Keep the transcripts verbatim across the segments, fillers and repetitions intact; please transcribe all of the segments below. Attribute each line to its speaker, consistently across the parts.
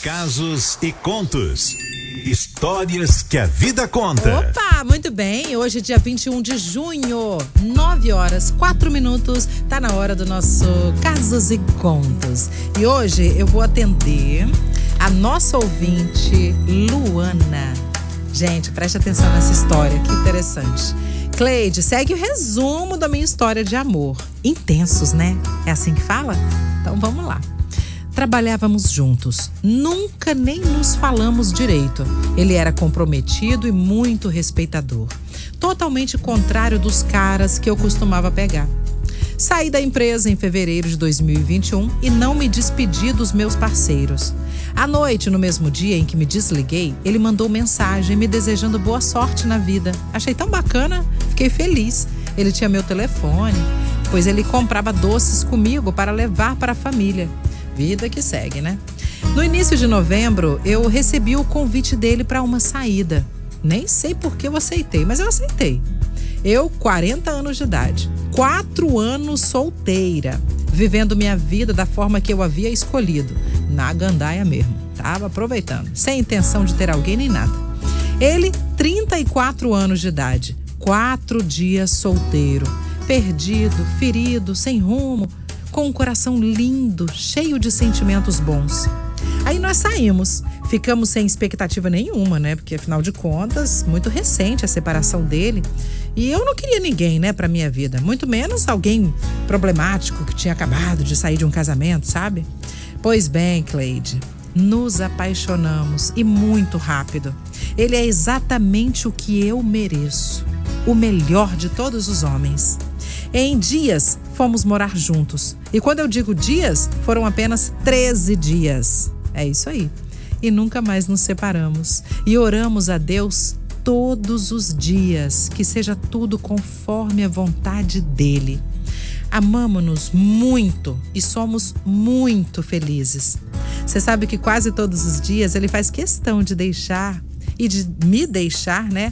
Speaker 1: Casos e contos. Histórias que a vida conta.
Speaker 2: Opa, muito bem. Hoje é dia vinte e um de junho, nove horas, quatro minutos. Tá na hora do nosso Casos e Contos. E hoje eu vou atender a nossa ouvinte, Luana. Gente, preste atenção nessa história, que interessante. Cleide, segue o resumo da minha história de amor. Intensos, né? É assim que fala? Então vamos lá. Trabalhávamos juntos, nunca nem nos falamos direito. Ele era comprometido e muito respeitador, totalmente contrário dos caras que eu costumava pegar. Saí da empresa em fevereiro de dois mil e vinte e um e não me despedi dos meus parceiros. À noite, no mesmo dia em que me desliguei, ele mandou mensagem me desejando boa sorte na vida. Achei tão bacana, fiquei feliz. Ele tinha meu telefone, pois ele comprava doces comigo para levar para a família. Vida que segue, né? No início de novembro, eu recebi o convite dele para uma saída. Nem sei por que eu aceitei, mas eu aceitei. Eu, quarenta anos de idade, quatro anos solteira, vivendo minha vida da forma que eu havia escolhido, na gandaia mesmo. Tava aproveitando, sem intenção de ter alguém nem nada. Ele, trinta e quatro anos de idade, quatro dias solteiro, perdido, ferido, sem rumo, com um coração lindo, cheio de sentimentos bons. Aí nós saímos, ficamos sem expectativa nenhuma, né? Porque afinal de contas, muito recente a separação dele. E eu não queria ninguém, né, pra minha vida. Muito menos alguém problemático que tinha acabado de sair de um casamento, sabe? Pois bem, Cleide, nos apaixonamos e muito rápido. Ele é exatamente o que eu mereço. O melhor de todos os homens. Em dias, fomos morar juntos. E quando eu digo dias, foram apenas treze dias. É isso aí. E nunca mais nos separamos. E oramos a Deus todos os dias, que seja tudo conforme a vontade dele. Amamo-nos muito e somos muito felizes. Você sabe que quase todos os dias ele faz questão de deixar e de me deixar, né,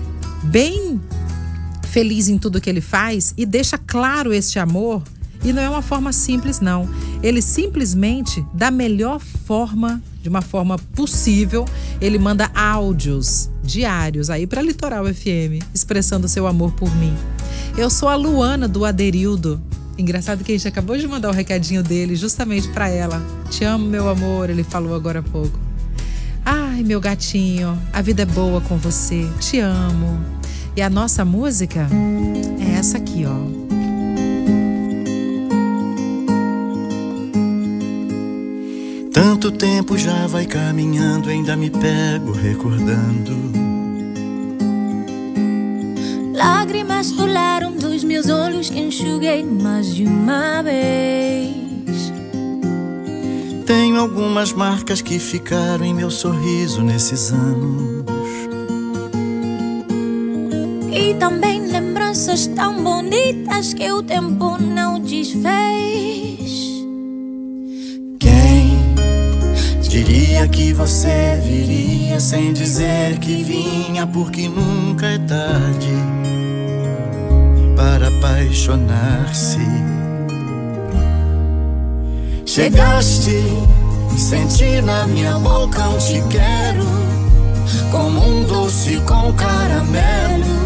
Speaker 2: bem feliz em tudo que ele faz e deixa claro este amor. E não é uma forma simples, não. Ele simplesmente, da melhor forma, de uma forma possível, ele manda áudios diários aí para Litoral F M, expressando seu amor por mim. Eu sou a Luana do Aderildo. Engraçado que a gente acabou de mandar o recadinho dele justamente para ela. Te amo, meu amor, ele falou agora há pouco. Ai, meu gatinho, a vida é boa com você, te amo. E a nossa música é essa aqui, ó.
Speaker 3: Tanto tempo já vai caminhando, ainda me pego recordando.
Speaker 4: Lágrimas rolaram dos meus olhos que enxuguei mais de uma vez.
Speaker 3: Tenho algumas marcas que ficaram em meu sorriso nesses anos.
Speaker 4: E também lembranças tão bonitas que o tempo não desfez.
Speaker 3: Quem diria que você viria sem dizer que vinha, porque nunca é tarde para apaixonar-se. Chegaste, senti na minha boca um te quero, como um doce com caramelo.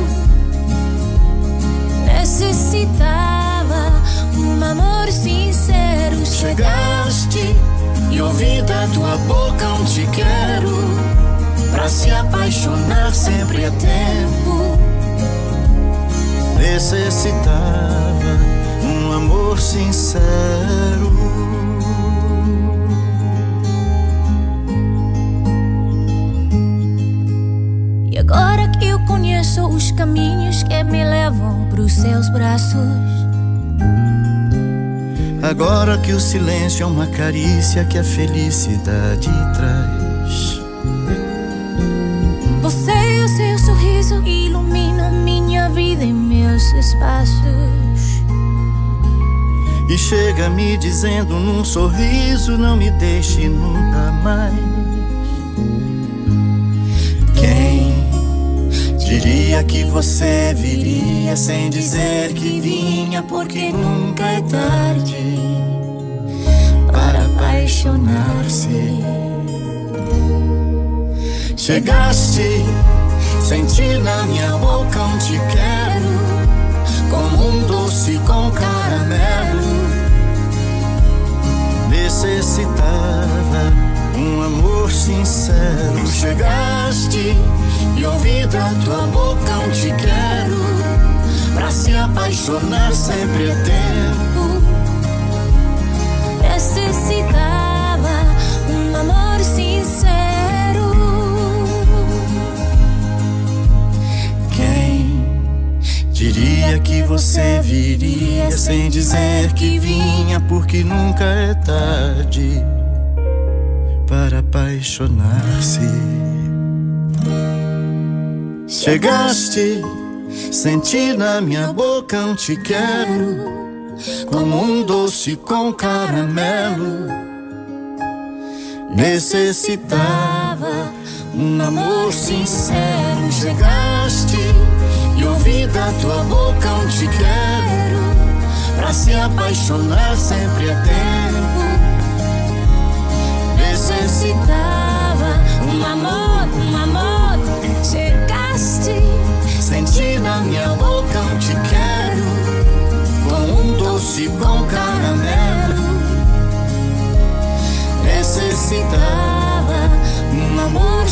Speaker 4: Necessitava um amor sincero.
Speaker 3: Chegaste e ouvi da tua boca um te quero. Pra se apaixonar sempre é tempo. Necessitava um amor sincero.
Speaker 4: E agora que eu conheço os caminhos que me levam pros seus braços,
Speaker 3: agora que o silêncio é uma carícia que a felicidade traz,
Speaker 4: você e o seu sorriso iluminam minha vida e meus espaços.
Speaker 3: e chega me dizendo num sorriso: não me deixe nunca mais. Quem diria que você viria sem dizer que vinha, porque nunca é tarde para apaixonar-se. Chegaste, senti na minha boca um te quero, como um doce com caramelo. Necessitava um amor sincero. Chegaste e ouvi da tua boca um te quero, pra se apaixonar sempre é tempo.
Speaker 4: Necessitava um amor sincero.
Speaker 3: Quem diria que você viria sem dizer que vinha, porque nunca é tarde para apaixonar-se. Chegaste, senti na minha boca um te quero, como um doce com caramelo. Necessitava um amor sincero. Chegaste e ouvi da tua boca um te quero, pra se apaixonar sempre é tempo. Necessitava um amor, um amor. Chegaste, senti na minha boca um te quero, com um doce com caramelo. Necessitava um amor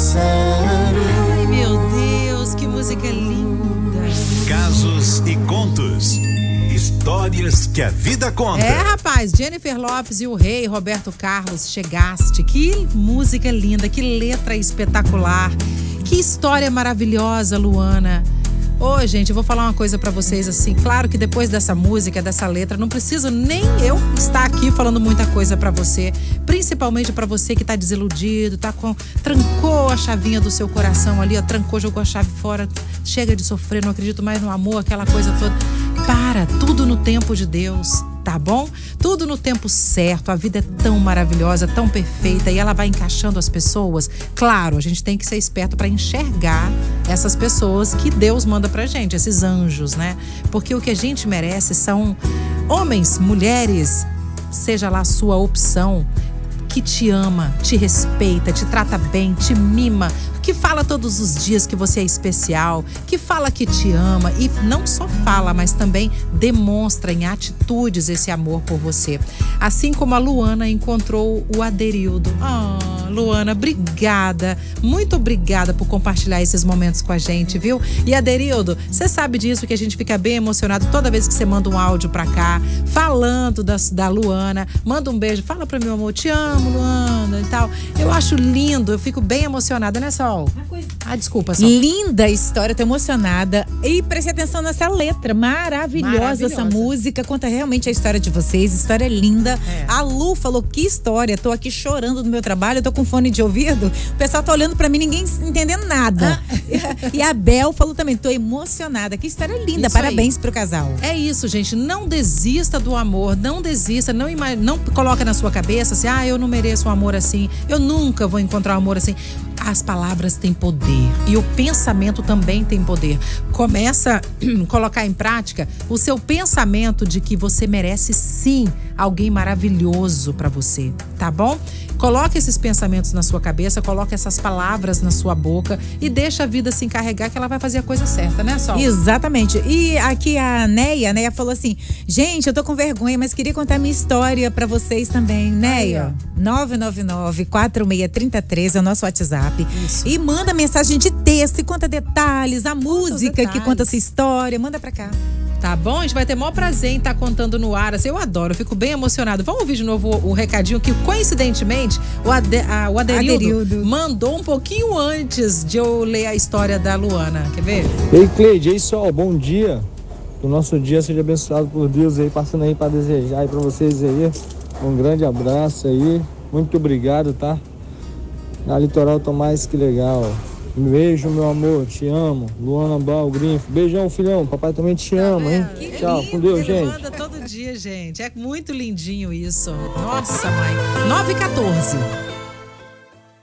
Speaker 3: sincero.
Speaker 2: Ai, meu Deus, que música linda.
Speaker 1: Casos e contos. Histórias que a vida conta.
Speaker 2: É, rapaz, Jennifer Lopez e o rei Roberto Carlos, Chegaste. Que música linda, que letra espetacular. Que história maravilhosa, Luana. Ô, gente, eu vou falar uma coisa pra vocês assim. Claro que depois dessa música, dessa letra, não preciso nem eu estar aqui falando muita coisa pra você. Principalmente pra você que tá desiludido, tá com... trancou a chavinha do seu coração ali, ó, trancou, jogou a chave fora. Chega de sofrer, não acredito mais no amor, aquela coisa toda. Para, tudo no tempo de Deus, tá bom? Tudo no tempo certo. A vida é tão maravilhosa, tão perfeita, e ela vai encaixando as pessoas. Claro, a gente tem que ser esperto para enxergar essas pessoas que Deus manda pra gente, esses anjos, né? Porque o que a gente merece são homens, mulheres, seja lá a sua opção, que te ama, te respeita, te trata bem, te mima, que fala todos os dias que você é especial, que fala que te ama e não só fala, mas também demonstra em atitudes esse amor por você. Assim como a Luana encontrou o Aderildo. Ah, Luana, obrigada, muito obrigada por compartilhar esses momentos com a gente, viu? E Aderildo, você sabe disso, que a gente fica bem emocionado toda vez que você manda um áudio pra cá, falando da, da Luana. Manda um beijo, fala pra meu amor, te amo, Luana, e tal. Eu acho lindo, eu fico bem emocionada, né, Sol? Ah, desculpa, Sol.
Speaker 5: Linda história, tô emocionada. E preste atenção nessa letra, maravilhosa,
Speaker 2: Maravilhosa.
Speaker 5: Essa música, conta realmente a história de vocês, história linda.
Speaker 2: É.
Speaker 5: A Lu falou, que história, tô aqui chorando no meu trabalho, tô com fone de ouvido, o pessoal tá olhando pra mim, ninguém entendendo nada. Ah. E a Bel falou também, tô emocionada, que história linda,
Speaker 2: Isso
Speaker 5: parabéns
Speaker 2: aí.
Speaker 5: pro casal.
Speaker 2: É isso, gente, não desista do amor, não desista, não, ima- não coloca na sua cabeça assim, ah, eu não mereço um amor assim, eu nunca vou encontrar um amor assim. As palavras têm poder e o pensamento também tem poder. Começa a colocar em prática o seu pensamento de que você merece sim alguém maravilhoso pra você, tá bom? Coloque esses pensamentos na sua cabeça, coloque essas palavras na sua boca e deixa a vida se encarregar, que ela vai fazer a coisa certa, né, Sol?
Speaker 5: Exatamente. E aqui a Neia, a Neia falou assim, gente, eu tô com vergonha, mas queria contar minha história pra vocês também. Neia, nove nove nove, quatro seis três três é o nosso WhatsApp.
Speaker 2: Isso.
Speaker 5: E manda mensagem de texto e conta detalhes, a música
Speaker 2: detalhes.
Speaker 5: que conta a sua história, manda pra cá.
Speaker 2: Tá bom? A gente vai ter o maior prazer em estar contando no ar. Assim, eu adoro, eu fico bem emocionado. Vamos ouvir de novo o, o recadinho que, coincidentemente, o, Ade, a, o Aderildo,
Speaker 5: Aderildo
Speaker 2: mandou um pouquinho antes de eu ler a história da Luana. Quer ver?
Speaker 6: Ei, Cleide, ei, Sol, bom dia. Que o nosso dia seja abençoado por Deus aí, passando aí para desejar aí para vocês aí. Um grande abraço aí. Muito obrigado, tá? Na Litoral Tomás, que legal. Um beijo, meu amor, te amo. Luana Bal, Grinfo. Beijão, filhão. Papai também te ama, hein?
Speaker 2: Que
Speaker 6: Tchau,
Speaker 2: lindo,
Speaker 6: com Deus,
Speaker 2: ele
Speaker 6: gente.
Speaker 2: manda todo dia, gente. É muito lindinho isso. Nossa, mãe. nove e quatorze.